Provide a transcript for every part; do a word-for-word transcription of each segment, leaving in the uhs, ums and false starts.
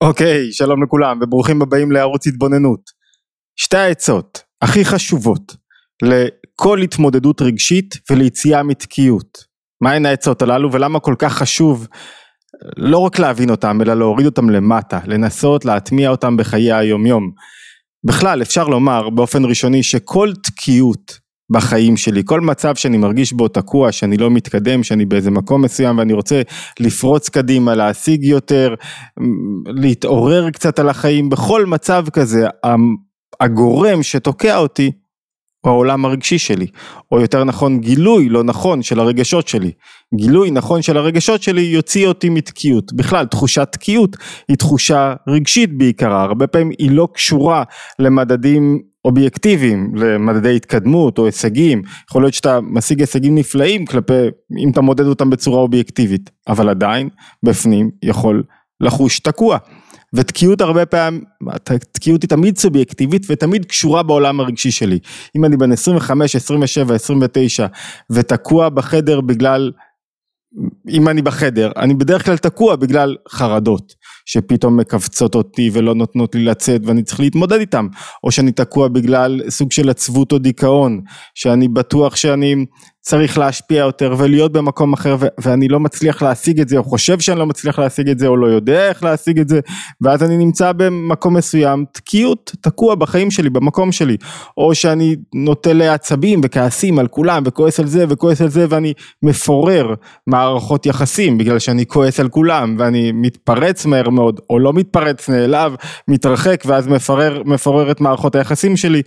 אוקיי, שלום לכולם וברוכים הבאים לערוץ התבוננות. שתי העצות הכי חשובות לכל התמודדות רגשית וליציאה מתקיעות. מהן העצות הללו ולמה כל כך חשוב לא רק להבין אותם אלא להוריד אותם למטה, לנסות להטמיע אותם בחיי היום יום. בכלל אפשר לומר באופן ראשוני שכל תקיעות בחיים שלי, כל מצב שאני מרגיש בו תקוע, שאני לא מתקדם, שאני באיזה מקום מסוים ואני רוצה לפרוץ קדימה, להשיג יותר, להתעורר קצת על החיים, בכל מצב כזה, הגורם שתוקע אותי הוא העולם הרגשי שלי, או יותר נכון גילוי לא נכון של הרגשות שלי. גילוי נכון של הרגשות שלי יוציא אותי מתקיעות. בכלל תחושת תקיעות היא תחושה רגשית בעיקרה, הרבה פעמים היא לא קשורה למדדים אובייקטיביים, למדדי התקדמות או הישגים. יכול להיות שאתה משיג הישגים נפלאים כלפי, אם אתה מודד אותם בצורה אובייקטיבית, אבל עדיין בפנים יכול לחוש תקוע. ותקיעות הרבה פעמים, תקיעות היא תמיד סובייקטיבית ותמיד קשורה בעולם הרגשי שלי. אם אני בן עשרים וחמש, עשרים ושבע, עשרים ותשע ותקוע בחדר בגלל, אם אני בחדר, אני בדרך כלל תקוע בגלל חרדות, שפתאום מקבצות אותי ולא נותנות לי לצאת ואני צריך להתמודד איתם, או שאני תקוע בגלל סוג של עצבות או דיכאון, שאני בטוח שאני צריך להשפיע יותר ולהיות במקום אחר ו- ואני לא מצליח להשיג את זה, או חושב שאני לא מצליח להשיג את זה, או לא יודע איך להשיג את זה, ואז אני נמצא במקום מסוים, תקיעות, תקוע בחיים שלי, במקום שלי, או שאני נוטה לעצבים וכעסים על כולם, וכועס על זה וכועס על זה, ואני מפורר מערכות יחסים, בגלל שאני כועס על כולם, ואני מתפרץ מהר מאוד, או לא מתפרץ, נעלב, מתרחק, ואז מפורר, מפורר את מערכות היחסים שלי,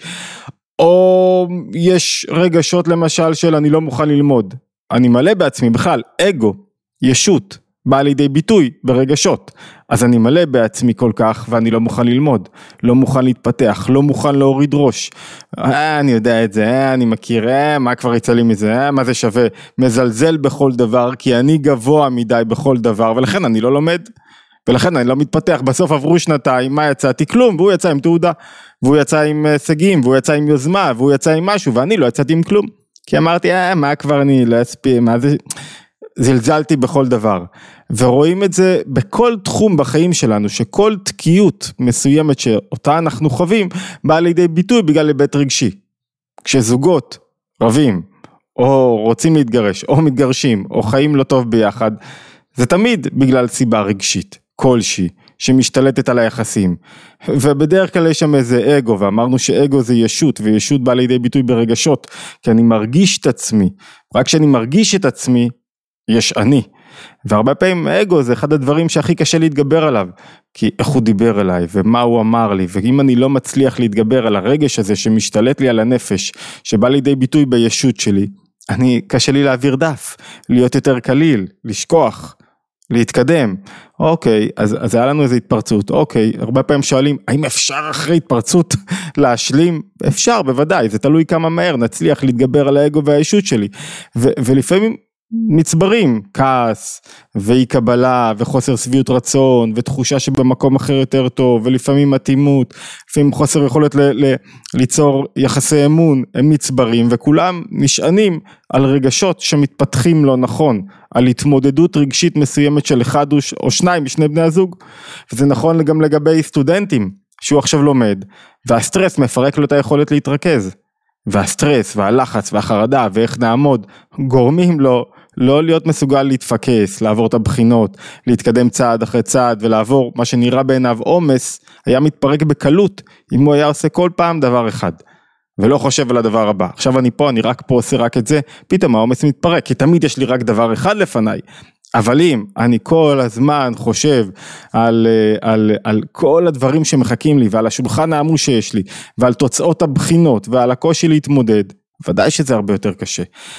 או יש רגשות למשל של אני לא מוכן ללמוד, אני מלא בעצמי, בכלל אגו, ישות, בא לידי ביטוי ברגשות, אז אני מלא בעצמי כל כך ואני לא מוכן ללמוד, לא מוכן להתפתח, לא מוכן להוריד ראש, אה, אני יודע את זה, אה, אני מכיר, אה, מה כבר יצא לי מזה, אה, מה זה שווה, מזלזל בכל דבר כי אני גבוה מדי בכל דבר ולכן אני לא לומד, ולכן אני לא מתפתח. בסוף עברו שנתיים, מה יצאתי? כלום, והוא יצא עם תעודה, והוא יצא עם הישגים, והוא יצא עם יוזמה, והוא יצא עם משהו, ואני לא יצאתי עם כלום, כי אמרתי, אה, מה כבר אני לא אספיק, מה זה, זלזלתי בכל דבר, ורואים את זה בכל תחום בחיים שלנו, שכל תקיעות מסוימת שאותה אנחנו חווים, באה לידי ביטוי בגלל היבט רגשי, כשזוגות רבים, או רוצים להתגרש, או מתגרשים, או חיים לא טוב ביחד, זה תמיד בגלל סיבה רגשית, כלשהי, שמשתלטת על היחסים, ובדרך כלל יש שם איזה אגו, ואמרנו שאגו זה ישות, וישות בא לידי ביטוי ברגשות, כי אני מרגיש את עצמי, רק כשאני מרגיש את עצמי, יש אני, והרבה פעמים אגו זה אחד הדברים שהכי קשה להתגבר עליו, כי איך הוא דיבר אליי, ומה הוא אמר לי, ואם אני לא מצליח להתגבר על הרגש הזה, שמשתלט לי על הנפש, שבא לידי ביטוי בישות שלי, אני, קשה לי להעביר דף, להיות יותר קליל, לשכוח, להתקדם. אוקיי, אז, אז היה לנו איזו התפרצות. אוקיי, הרבה פעמים שואלים, האם אפשר אחרי התפרצות להשלים? אפשר, בוודאי, זה תלוי כמה מהר נצליח להתגבר על האגו והאישות שלי. ו, ולפעמים נצברים, כעס, ואי קבלה, וחוסר שביעות רצון, ותחושה שבמקום אחר יותר טוב, ולפעמים מתאימות, לפעמים חוסר יכולת ל, ל, ליצור יחסי אמון, הם נצברים, וכולם נשענים על רגשות שמתפתחים לא נכון, על התמודדות רגשית מסוימת של אחד או שניים משני בני הזוג, וזה נכון גם לגבי סטודנטים, שהוא עכשיו לומד, והסטרס מפרק לו את היכולת להתרכז, והסטרס והלחץ והחרדה ואיך נעמוד, גורמים לו לא להיות מסוגל להתפקס, לעבור את הבחינות, להתקדם צעד אחרי צעד, ולעבור מה שנראה בעיניו עומס, היה מתפרק בקלות, אם הוא היה עושה כל פעם דבר אחד, ולא חושב על הדבר הבא. עכשיו אני פה, אני רק פה עושה רק את זה, פתאום העומס מתפרק, כי תמיד יש לי רק דבר אחד לפניי, אבל אם אני כל הזמן חושב על, על, על כל הדברים שמחכים לי, ועל השולחן העמוס שיש לי, ועל תוצאות הבחינות, ועל הקושי להתמודד, ודאי שזה הרבה יותר קשה.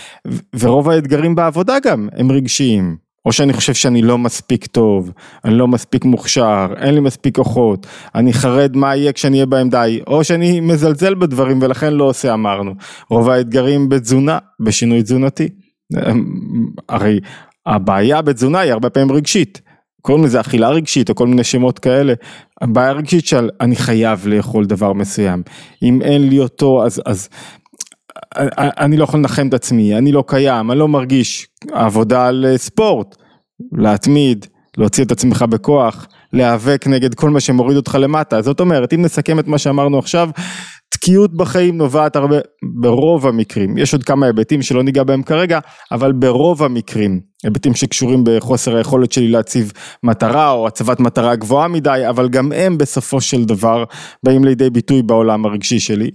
ורוב האתגרים בעבודה גם הם רגשיים, או שאני חושב שאני לא מספיק טוב, אני לא מספיק מוכשר, אין לי מספיק כוחות, אני חרד מה יהיה כשאני אהיה בעמדה, או שאני מזלזל בדברים ולכן לא עושה, אמרנו. רוב האתגרים בתזונה, בשינוי תזונתי. הרי הבעיה בתזונה היא הרבה פעמים רגשית, קוראים לזה אכילה רגשית או כל מיני שמות כאלה, הבעיה רגשית של אני חייב לאכול דבר מסוים, אם אין לי אותו אז, אז אני לא יכול לנחם את עצמי, אני לא קיים, אני לא מרגיש. עבודה על ספורט, להתמיד, להוציא את עצמך בכוח, להיאבק נגד כל מה שמוריד אותך למטה. זאת אומרת, אם נסכם את מה שאמרנו עכשיו, תקיעות בחיים נובעת הרבה, ברוב המקרים, יש עוד כמה היבטים שלא ניגע בהם כרגע, אבל ברוב המקרים, היבטים שקשורים בחוסר היכולת שלי להציב מטרה, או הצבת מטרה גבוהה מדי, אבל גם הם בסופו של דבר, באים לידי ביטוי בעולם הרגשי שלי.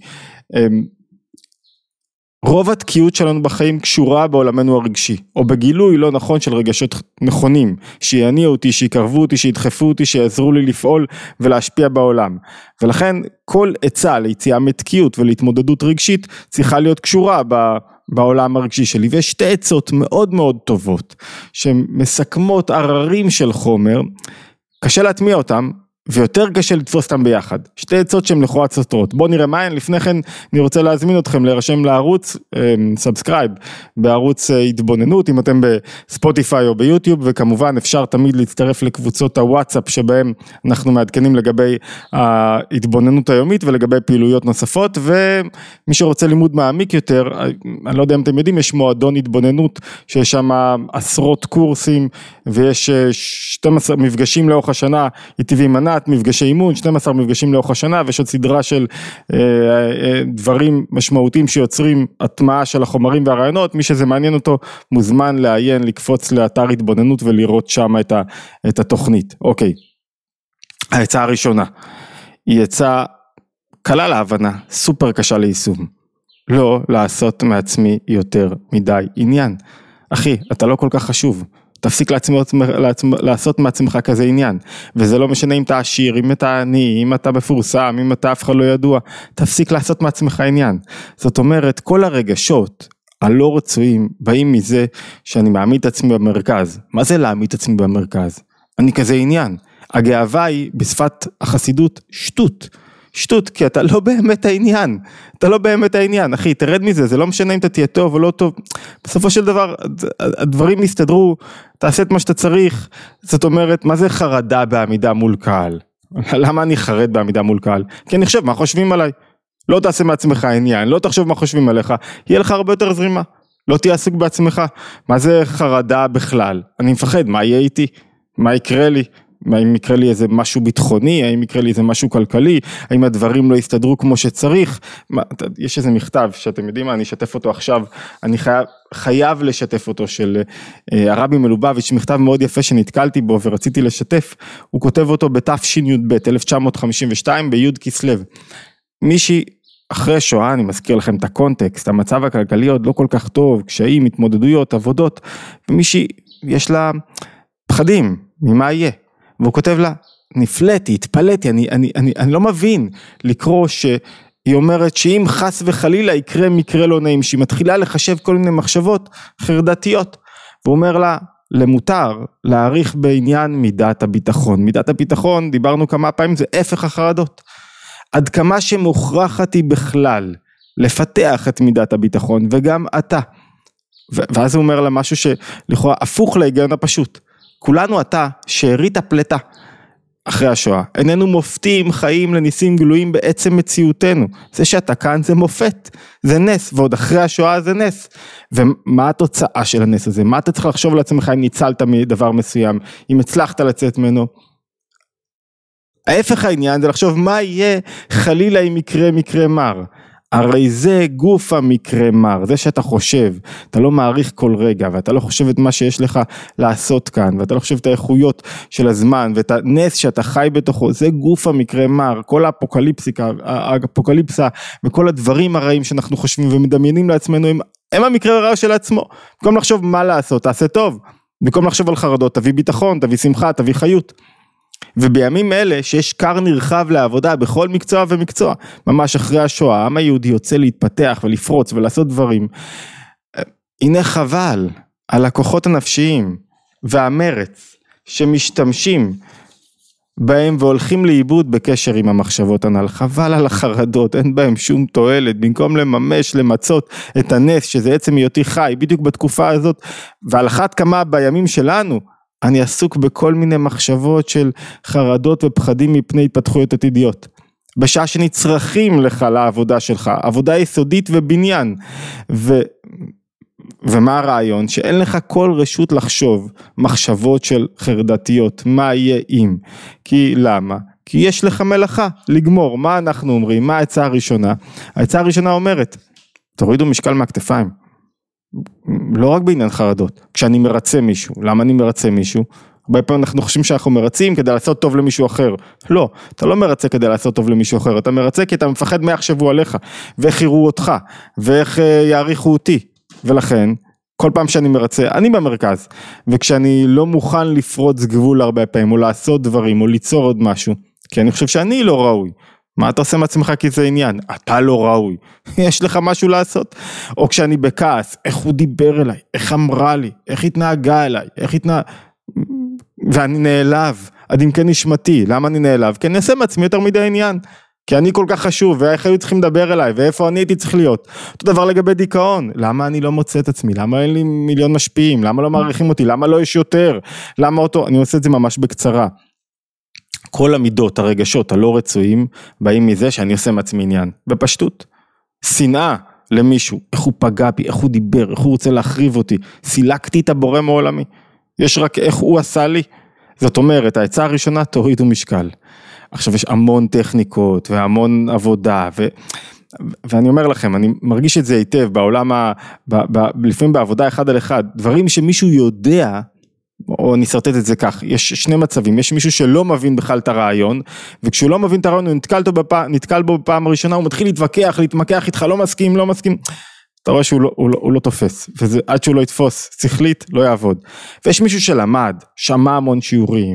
רוב התקיעות שלנו בחיים קשורה בעולמנו הרגשי, או בגילוי לא נכון של רגשות נכונים, שיעניעו אותי, שיקרבו אותי, שידחפו אותי, שיעזרו לי לפעול ולהשפיע בעולם. ולכן כל עצה ליציאה מתקיעות ולהתמודדות רגשית צריכה להיות קשורה ב... בעולם הרגשי שלי, ויש שתי עצות מאוד מאוד טובות, שמסכמות עררים של חומר, קשה להטמיע אותם, ויותר קשה לתפוס אותם ביחד. שתי עצות שהן לכאורה סותרות. בואו נראה מה הן. לפני כן אני רוצה להזמין אתכם להירשם לערוץ, סאבסקרייב, בערוץ התבוננות, אם אתם בספוטיפיי או ביוטיוב, וכמובן אפשר תמיד להצטרף לקבוצות הוואטסאפ, שבהם אנחנו מעדכנים לגבי ההתבוננות היומית, ולגבי פעילויות נוספות, ומי שרוצה לימוד מעמיק יותר, אני לא יודע אם אתם יודעים, יש מועדון התבוננות, שיש שם עשרות קורסים, ויש שנים עשר מפגשים לאורך השנה, איתי מנה, מפגשי אימון, שנים עשר מפגשים לאורך השנה, ויש עוד סדרה של אה, אה, דברים משמעותיים שיוצרים הטמעה של החומרים והרעיונות. מי שזה מעניין אותו מוזמן לעיין, לקפוץ לאתר התבוננות ולראות שם את, ה, את התוכנית. אוקיי, ההצעה הראשונה היא הצעה קלה להבנה, סופר קשה ליישום. לא לעשות מעצמי יותר מדי עניין. אחי, אתה לא כל כך חשוב. תפסיק לעצמו, לעצמו, לעשות מעצמך כזה עניין, וזה לא משנה אם אתה עשיר, אם אתה עני, אם אתה מפורסם, אם אתה אף אחד לא ידוע, תפסיק לעשות מעצמך עניין. זאת אומרת, כל הרגשות הלא רצויים באים מזה שאני מעמיד את עצמי במרכז. מה זה להעמיד את עצמי במרכז? אני כזה עניין. הגאווה היא בשפת החסידות שטות. שטות, כי אתה לא באמת העניין, אתה לא באמת העניין, אחי, תרד מזה, זה לא משנה אם אתה תהיה טוב או לא טוב, בסופו של דבר, הדברים יסתדרו, תעשה את מה שאתה צריך. זאת אומרת, מה זה חרדה בעמידה מול קהל? למה אני חרד בעמידה מול קהל? כי אני חושב, מה חושבים עליי? לא תעשה מעצמך עניין, לא תחשוב מה חושבים עליך, יהיה לך הרבה יותר זרימה, לא תהיה עסוק בעצמך. מה זה חרדה בכלל? אני מפחד, מה יהיה איתי? מה יקרה לי? האם יקרה לי איזה משהו ביטחוני, האם יקרה לי איזה משהו כלכלי, האם הדברים לא יסתדרו כמו שצריך. מה, יש איזה מכתב שאתם יודעים מה, אני אשתף אותו עכשיו, אני חייב, חייב לשתף אותו, של אה, הרבי מלובביץ', מכתב מאוד יפה שנתקלתי בו ורציתי לשתף. הוא כותב אותו בתשי"ב, אלף תשע מאות חמישים ושתיים, בי' כסלו. מישהי אחרי שואה, אני מזכיר לכם את הקונטקסט, המצב הכלכלי עוד לא כל כך טוב, קשיים, התמודדויות, עבודות, ומישהי יש לה פחדים, ממה יהיה? והוא כותב לה, נפלאתי, התפלאתי, אני, אני, אני, אני לא מבין לקרוא שהיא אומרת שאם חס וחלילה יקרה מקרה לא נעים, שהיא מתחילה לחשב כל מיני מחשבות חרדתיות, והוא אומר לה, למותר להעריך בעניין מידת הביטחון. מידת הביטחון, דיברנו כמה פעמים, זה הפך החרדות. עד כמה שמוכרחת היא בכלל לפתח את מידת הביטחון, וגם אתה. ואז הוא אומר לה משהו שלכאורה הפוך להיגיון הפשוט. כולנו אתה שארית הפלטה אחרי השואה, איננו מופתים חיים לניסים גלויים בעצם מציאותנו. זה שאתה כאן זה מופת, זה נס, ועוד אחרי השואה זה נס. ומה התוצאה של הנס הזה? מה אתה צריך לחשוב לעצמך אם ניצלת מדבר מסוים, אם הצלחת לצאת ממנו? ההפך העניין זה לחשוב מה יהיה חלילה אם יקרה מקרה מר. הרי זה גוף המקרה מר, זה שאתה חושב, אתה לא מעריך כל רגע, ואתה לא חושב את מה שיש לך לעשות כאן, ואתה לא חושב את האיכויות של הזמן, ואת הנס שאתה חי בתוכו, זה גוף המקרה מר. כל האפוקליפסיקה, האפוקליפסה, וכל הדברים הרעים שאנחנו חושבים ומדמיינים לעצמנו, הם, הם המקרה הרע של עצמו. במקום לחשוב מה לעשות, תעשה טוב. במקום לחשוב על חרדות, תביא ביטחון, תביא שמחה, תביא חיות. ובימים אלה שיש קר נרחב לעבודה בכל מקצוע ומקצוע, ממש אחרי השואה, העם היהודי יוצא להתפתח ולפרוץ ולעשות דברים. הנה חבל על הכוחות הנפשיים והמרץ שמשתמשים בהם והולכים לאיבוד בקשר עם המחשבות הנ"ל. חבל על החרדות, אין בהם שום תועלת, במקום לממש, למצות את הנס שזה עצם היותי חי בדיוק בתקופה הזאת, ועל אחת כמה בימים שלנו, אני עסוק בכל מיני מחשבות של חרדות ופחדים מפני התפתחויות עתידיות. בשעה שנצרכים לך לעבודה שלך, עבודה יסודית ובניין, ו... ומה הרעיון? שאין לך כל רשות לחשוב מחשבות של חרדתיות, מה יהיה אם? כי למה? כי יש לך מלאכה לגמור. מה אנחנו אומרים? מה העצה הראשונה? העצה הראשונה אומרת, תורידו משקל מהכתפיים. לא רק בעניין חרדות, כשאני מרצה מישהו. למה אני מרצה מישהו? הרבה פעמים אנחנו חושבים שאנחנו מרצים כדי לעשות טוב למישהו אחר. לא, אתה לא מרצה כדי לעשות טוב למישהו אחר, אתה מרצה כי אתה מפחד מה יחשבו עליך, ואיך יראו אותך, ואיך יעריכו אותי. ולכן, כל פעם שאני מרצה, אני במרכז, וכשאני לא מוכן לפרוץ גבול הרבה פעמים, או לעשות דברים, או ליצור עוד משהו, כי אני חושב שאני לא ראוי. מה אתה עושה מעצמך כי זה עניין? אתה לא ראוי. יש לך משהו לעשות? או כשאני בכעס, איך הוא דיבר אליי, איך אמרה לי, איך התנהגה אליי, איך התנהג... ואני נעלב, עד אם כן נשמתי. למה אני נעלב? כי אני אעשה מעצמי יותר מדי עניין. כי אני כל כך חשוב, ואיך היו צריכים לדבר אליי, ואיפה אני הייתי צריך להיות. אותו דבר לגבי דיכאון. למה אני לא מוצא את עצמי? למה אין לי מיליון משפיעים? למה לא מעריכים אותי? למה לא יש יותר? למה אותו? אני עושה את זה ממש בקצרה. כל המידות, הרגשות, הלא רצויים, באים מזה שאני עושה מעצמי עניין. בפשטות. שנאה למישהו, איך הוא פגע בי, איך הוא דיבר, איך הוא רוצה להחריב אותי. סילקתי את הבורא מעולמי. יש רק איך הוא עשה לי. זאת אומרת, העצה הראשונה, תורידו משקל. עכשיו יש המון טכניקות והמון עבודה, ו... ואני אומר לכם, אני מרגיש את זה היטב בעולם, ה... ב... ב... לפעמים בעבודה אחד על אחד, דברים שמישהו יודע, או אני אסרטט את זה כך, יש שני מצבים, יש מישהו שלא מבין בכלל את הרעיון, וכשהוא לא מבין את הרעיון, הוא נתקל, בפ... נתקל בו בפעם הראשונה, הוא מתחיל להתווכח, להתמקח איתך, לא מסכים, לא מסכים, אתה רואה שהוא לא, הוא לא, הוא לא תופס, ועד שהוא לא יתפוס, שכלית, לא יעבוד. ויש מישהו שלמד, שמע המון שיעורים,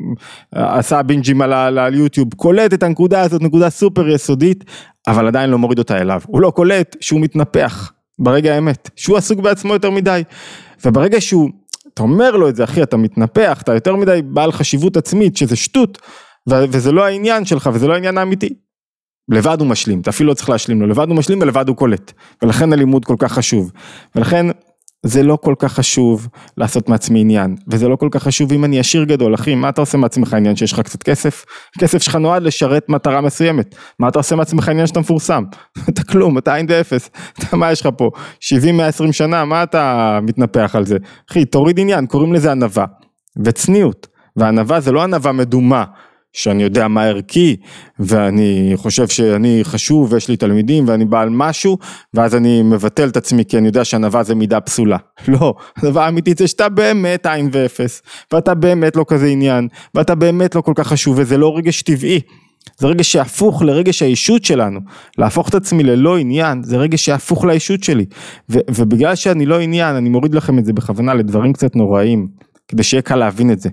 עשה בינג'ים על, על, על יוטיוב, קולט את הנקודה הזאת, נקודה סופר יסודית, אבל עדיין לא מוריד אותה אליו. הוא לא קולט שהוא מתנפח ברגע האמת, שהוא עסוק בעצמו יותר מדי, וברגע שהוא, אתה אומר לו את זה, אחי, אתה מתנפח, אתה יותר מדי בעל חשיבות עצמית, שזה שטות, ו- וזה לא העניין שלך, וזה לא העניין האמיתי. לבד הוא משלים, אתה אפילו לא צריך להשלים לו, לבד הוא משלים ולבד הוא קולט, ולכן הלימוד כל כך חשוב, ולכן זה לא כל כך חשוב לעשות מעצמי עניין, וזה לא כל כך חשוב אם אני עשיר גדול, אחי, מה אתה עושה מעצמך עניין שיש לך קצת כסף? כסף שלך נועד לשרת מטרה מסוימת, מה אתה עושה מעצמך עניין שאתה מפורסם? אתה כלום, אתה עין ואפס, אתה מה יש לך פה? שבעים מאה עשרים שנה, מה אתה מתנפח על זה? אחי, תוריד עניין, קוראים לזה ענווה, וצניעות, והענווה זה לא ענווה מדומה, שאני יודע מה ערכי, ואני חושב שאני חשוב, ויש לי תלמידים, ואני בעל משהו, ואז אני מבטל את עצמי, כי אני יודע שהענווה זה מידה פסולה. לא, הדבר האמיתית זה שאתה באמת עין ואפס, ואתה באמת לא כזה עניין, ואתה באמת לא כל כך חשוב, וזה לא רגש טבעי, זה רגש שהפוך לרגש האישות שלנו, להפוך את עצמי ללא עניין, זה רגש שהפוך לאישות שלי, ו- ובגלל שאני לא עניין, אני מוריד לכם את זה בכוונה, לדברים קצת נוראים, כדי שיהיה קל להבין את זה.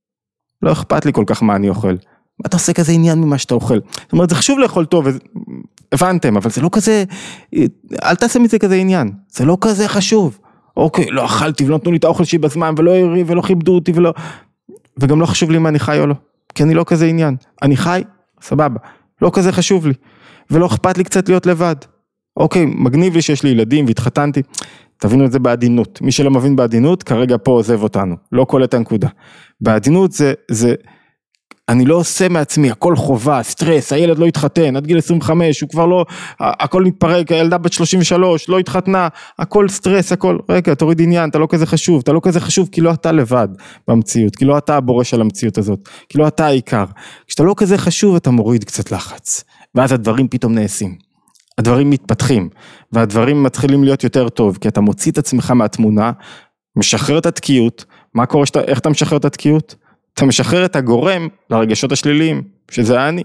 לא אכפת לי כל כך מה אני אוכל. מה אתה עושה כזה עניין ממה שאתה אוכל? זאת אומרת, זה חשוב לאכול טוב, הבנתם, אבל זה לא כזה, אל תעשה מזה כזה עניין, זה לא כזה חשוב. אוקיי, לא אכלתי ולא נתנו לי את האוכל שלי בזמן, ולא הרי ולא כיבדו אותי, ולא... וגם לא חשוב לי אם אני חי או לא, כי אני לא כזה עניין. אני חי, סבבה, לא כזה חשוב לי, ולא אכפת לי קצת להיות לבד. אוקיי, מגניב לי שיש לי ילדים והתחתנתי, תבינו את זה בעדינות. מי שלא מבין בעדינות, כרגע פה עוזב אותנו, לא כל את הנקודה. בעדינות זה, זה, אני לא עושה מעצמי, הכל חובה, סטרס, הילד לא התחתן, עד גיל עשרים וחמש, הוא כבר לא, הכל מתפרק, הילדה בת שלושים ושלוש, לא התחתנה, הכל סטרס, הכל, רגע, תוריד עניין, אתה לא כזה חשוב, אתה לא כזה חשוב, כי לא אתה לבד במציאות, כי לא אתה הבורא של המציאות הזאת, כי לא אתה העיקר. כשאתה לא כזה חשוב, אתה מוריד קצת לחץ, ואז הדברים פתאום נעשים. הדברים מתפתחים, והדברים מתחילים להיות יותר טוב, כי אתה מוציא את עצמך מהתמונה, משחרר את התקיעות. מה קורה שאתה, איך אתה משחרר את התקיעות? אתה משחרר את הגורם לרגשות השליליים, שזה אני.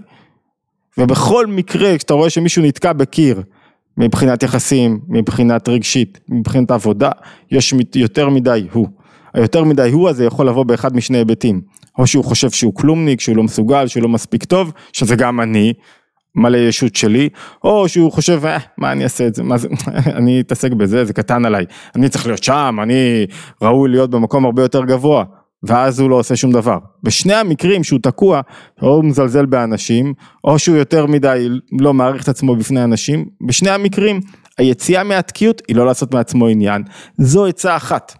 ובכל מקרה, כשאתה רואה שמישהו נתקע בקיר, מבחינת יחסים, מבחינת רגשית, מבחינת עבודה, יש יותר מדי הוא. היותר מדי הוא הזה יכול לבוא באחד משני היבטים. או שהוא חושב שהוא כלומניק, שהוא לא מסוגל, שהוא לא מספיק טוב, שזה גם אני, מלא ישות שלי, או שהוא חושב, אה, מה אני אעשה את זה, מה זה, אני אתעסק בזה, זה קטן עליי, אני צריך להיות שם, אני ראוי להיות במקום הרבה יותר גבוה, ואז הוא לא עושה שום דבר. בשני המקרים שהוא תקוע, או הוא מזלזל באנשים, או שהוא יותר מדי לא מעריך את עצמו בפני אנשים, בשני המקרים, היציאה מהתקיעות היא לא לעשות מעצמו עניין, זו עצה אחת.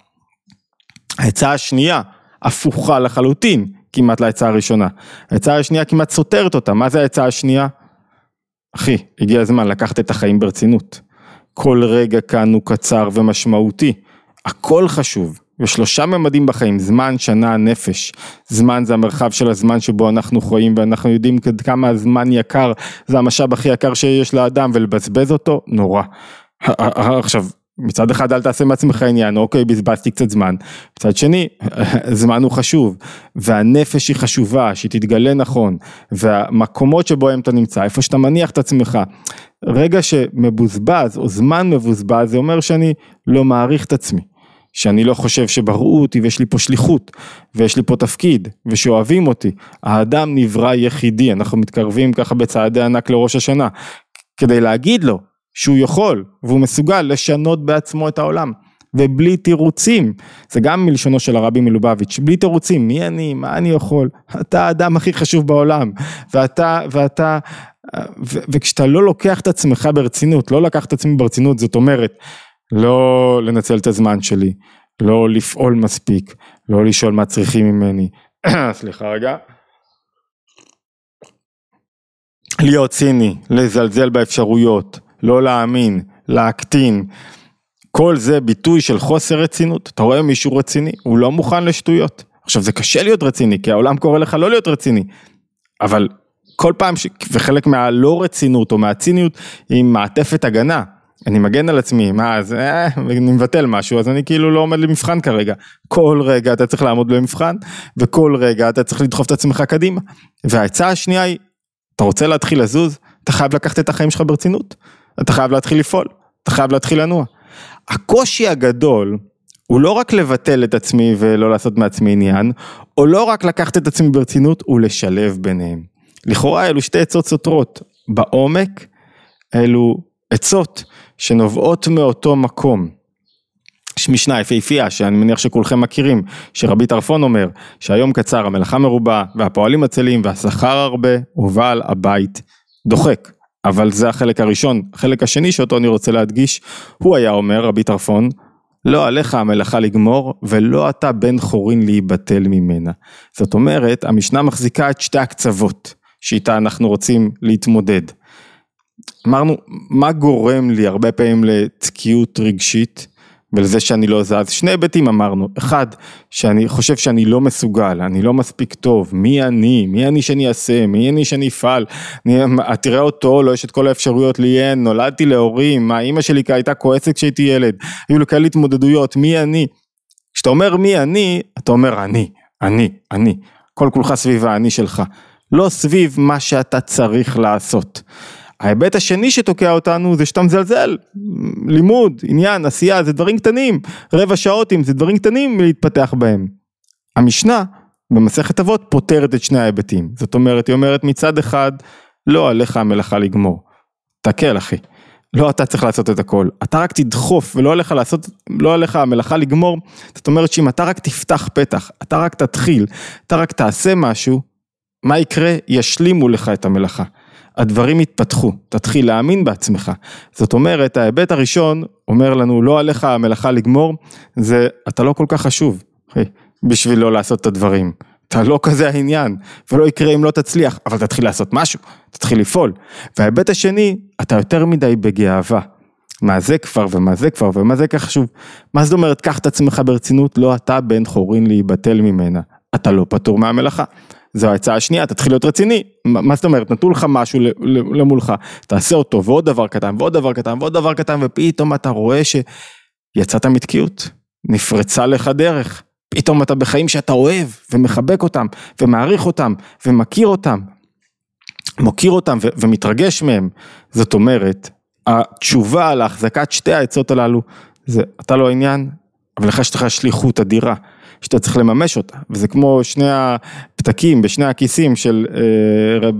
העצה השנייה, הפוכה לחלוטין, כמעט לעצה הראשונה. העצה השנייה כמעט סותרת אותה, מה זה העצה השנייה? אחי, הגיע הזמן לקחת את החיים ברצינות. כל רגע כאן הוא קצר ומשמעותי, הכל חשוב, ושלושה ממדים בחיים, זמן, שנה, נפש, זמן זה המרחב של הזמן שבו אנחנו חיים, ואנחנו יודעים כמה הזמן יקר, זה המשאב הכי יקר שיש לאדם, ולבזבז אותו, נורא. עכשיו, מצד אחד אל תעשה מעצמך עניין, אוקיי, בזבזתי קצת זמן, מצד שני, זמן הוא חשוב, והנפש היא חשובה, שהיא תתגלה נכון, והמקומות שבו אתה נמצא, איפה שאתה מניח את עצמך, רגע שמבוזבז, או זמן מבוזבז, זה אומר שאני לא מעריך את עצמי, שאני לא חושב שבראו אותי, ויש לי פה שליחות, ויש לי פה תפקיד, ושאוהבים אותי, האדם נברא יחידי, אנחנו מתקרבים ככה בצעדי ענק לראש השנה, כדי להגיד לו, שהוא יכול, והוא מסוגל לשנות בעצמו את העולם, ובלי תירוצים, זה גם מלשונו של הרבי מלובביץ', בלי תירוצים, מי אני, מה אני יכול, אתה האדם הכי חשוב בעולם, ואתה, ואתה, ו, וכשאתה לא לוקח את עצמך ברצינות, לא לקח את עצמי ברצינות, זאת אומרת, לא לנצל את הזמן שלי, לא לפעול מספיק, לא לשאול מה צריכים ממני, סליחה רגע, להיות ציני, לזלזל באפשרויות, לא להאמין, להקטין, כל זה ביטוי של חוסר רצינות, אתה רואה מישהו רציני, הוא לא מוכן לשטויות, עכשיו זה קשה להיות רציני, כי העולם קורא לך לא להיות רציני, אבל כל פעם, ש... וחלק מהלא רצינות או מהציניות, היא מעטפת הגנה, אני מגן על עצמי, מה, אז אה, אני מבטל משהו, אז אני כאילו לא עומד למבחן כרגע, כל רגע אתה צריך לעמוד במבחן, וכל רגע אתה צריך לדחוף את עצמך קדימה, וההצעה השנייה היא, אתה רוצה להתחיל לזוז, אתה חייב לקחת את החיים שלך ברצינות, אתה חייב להתחיל לפעול, אתה חייב להתחיל לנוע. הקושי הגדול, הוא לא רק לבטל את עצמי ולא לעשות מעצמי עניין, או לא רק לקחת את עצמי ברצינות, הוא לשלב ביניהם. לכאורה אלו שתי עצות סותרות, בעומק אלו עצות שנובעות מאותו מקום. יש משנה יפהפייה שאני מניח שכולכם מכירים, שרבי טרפון אומר שהיום קצר, המלאכה מרובה והפועלים עצלים והשכר הרבה, ובעל הבית דוחק. אבל זה החלק הראשון, החלק השני שאותו אני רוצה להדגיש, הוא היה אומר, רבי טרפון, לא עליך המלאכה לגמור, ולא אתה בן חורין להיבטל ממנה. זאת אומרת, המשנה מחזיקה את שתי הקצוות, שאיתה אנחנו רוצים להתמודד. אמרנו, מה גורם לי הרבה פעמים לתקיעות רגשית, ולזה שאני לא זז? שני היבטים אמרנו, אחד, שאני חושב שאני לא מסוגל, אני לא מספיק טוב, מי אני, מי אני שאני אעשה, מי אני שאני אפעל, אני, תראה אותו, לא יש את כל האפשרויות לי, אין, נולדתי להורים, מה, אמא שלי הייתה כועסת כשהייתי ילד, היו לי כאלה התמודדויות, מי אני? כשאתה אומר מי אני, אתה אומר אני, אני, אני, כל כולך סביב האני שלך, לא סביב מה שאתה צריך לעשות. ההיבט השני שתוקע אותנו זה שאתה מזלזל, לימוד, עניין, עשייה, זה דברים קטנים, רבע שעות אם זה דברים קטנים להתפתח בהם. המשנה במסכת אבות פותרת את שני ההיבטים, זאת אומרת, היא אומרת מצד אחד, לא עליך המלאכה לגמור, תקל אחי, לא אתה צריך לעשות את הכל, אתה רק תדחוף ולא עליך לעשות, לא עליך המלאכה לגמור, זאת אומרת שאם אתה רק תפתח פתח, אתה רק תתחיל, אתה רק תעשה משהו, מה יקרה? ישלימו לך את המלאכה. הדברים יתפתחו, תתחיל להאמין בעצמך. זאת אומרת, ההיבט הראשון אומר לנו, לא עליך המלאכה לגמור, זה, אתה לא כל כך חשוב, בשביל לא לעשות את הדברים. אתה לא כזה העניין, ולא יקרה אם לא תצליח, אבל תתחיל לעשות משהו, תתחיל לפעול. וההיבט השני, אתה יותר מדי בגאווה. מה זה כבר, ומה זה כבר, ומה זה כך חשוב. מה זאת אומרת, קח את עצמך ברצינות, לא אתה בן חורין להיבטל ממנה. אתה לא פטור מהמלאכה. זו ההצעה השנייה, תתחיל להיות רציני, מה זאת אומרת, נתנו לך משהו למולך, תעשה אותו, ועוד דבר קטן, ועוד דבר קטן, ועוד דבר קטן, ופתאום אתה רואה שיצאת מתקיעות, נפרצה לך דרך, פתאום אתה בחיים שאתה אוהב, ומחבק אותם, ומעריך אותם, ומכיר אותם, מוקיר אותם, ו- ומתרגש מהם. זאת אומרת, התשובה על ההחזקת שתי העצות הללו, זה, אתה לא עניין, אבל לך יש לך שליחות אדירה, שאתה צריך לממש אותה, וזה כמו שני הפתקים, בשני הכיסים של אה, רב,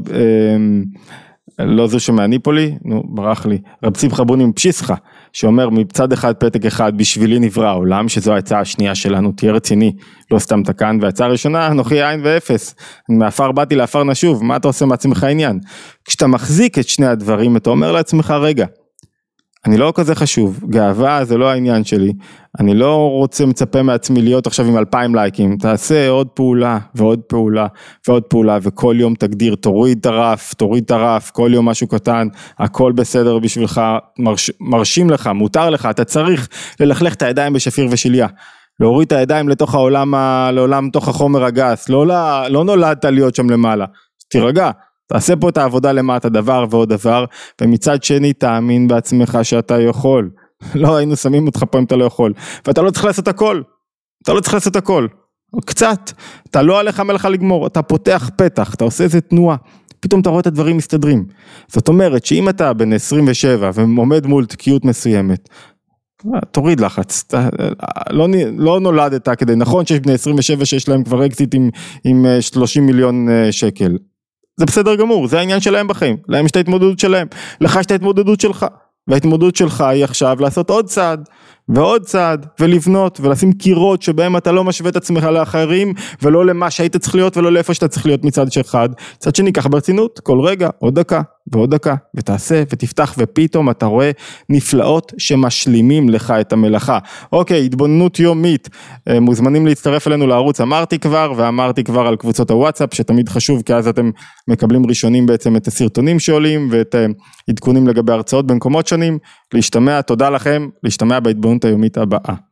אה, לא זו שמעניפולי, נו ברח לי, רב שמחה בוני מפשיסחה, שאומר מצד אחד פתק אחד, בשבילי נברא העולם, שזו ההצעה השנייה שלנו, תהיה רציני, לא סתם תקן, וההצעה הראשונה, אנוכי עין ואפס, מאפר באתי לאפר נשוב, מה אתה עושה מעצמך עניין? כשאתה מחזיק את שני הדברים, אתה אומר לעצמך, רגע, אני לא כזה חשוב, גאווה זה לא העניין שלי, אני לא רוצה מצפה מעצמי להיות עכשיו עם אלפיים לייקים, תעשה עוד פעולה ועוד פעולה ועוד פעולה, וכל יום תגדיר, תוריד את הרף, תוריד את הרף, כל יום משהו קטן, הכל בסדר בשבילך, מרש, מרשים לך, מותר לך, אתה צריך ללכלך את הידיים בשפיר ושליה, להוריד את הידיים לתוך העולם, לעולם תוך החומר הגס, לא, לא, לא נולדת להיות שם למעלה, תירגע, תעשה פה את העבודה למטה, דבר ועוד דבר, ומצד שני תאמין בעצמך שאתה יכול, לא היינו שמים אותך פה אם אתה לא יכול, ואתה לא צריך לעשות הכל, אתה לא צריך לעשות הכל, קצת, אתה לא עליך מלאכה לגמור, אתה פותח פתח, אתה עושה איזה תנועה, פתאום אתה רואה את הדברים מסתדרים, זאת אומרת שאם אתה בן עשרים ושבע ועומד מול תקיעות מסוימת, תוריד לחץ, אתה, לא, לא נולדת כדי, נכון שיש בני עשרים ושבע שיש להם כבר אקזיט עם, עם שלושים מיליון שקל, זה בסדר גמור, זה העניין שלהם בחיים, להם יש את ההתמודדות שלהם, לך יש את ההתמודדות שלך, וההתמודדות שלך היא עכשיו לעשות עוד צעד, ועוד צעד, ולבנות, ולשים קירות שבהם אתה לא משווה את עצמך לאחרים, ולא למה שהיית צריך להיות, ולא לאיפה שאתה צריך להיות מצד אחד, צד שני, קח ברצינות, כל רגע, עוד דקה, ועוד דקה, ותעשה, ותפתח, ופתאום אתה רואה נפלאות שמשלימים לך את המלאכה. אוקיי, התבוננות יומית, מוזמנים להצטרף אלינו לערוץ, אמרתי כבר, ואמרתי כבר על קבוצות הוואטסאפ, שתמיד חשוב, כי אז אתם מקבלים ראשונים בעצם את הסרטונים שעולים, ואת עדכונים לגבי הרצאות במקומות שונים, להשתמע, תודה לכם, להשתמע בהתבוננות היומית הבאה.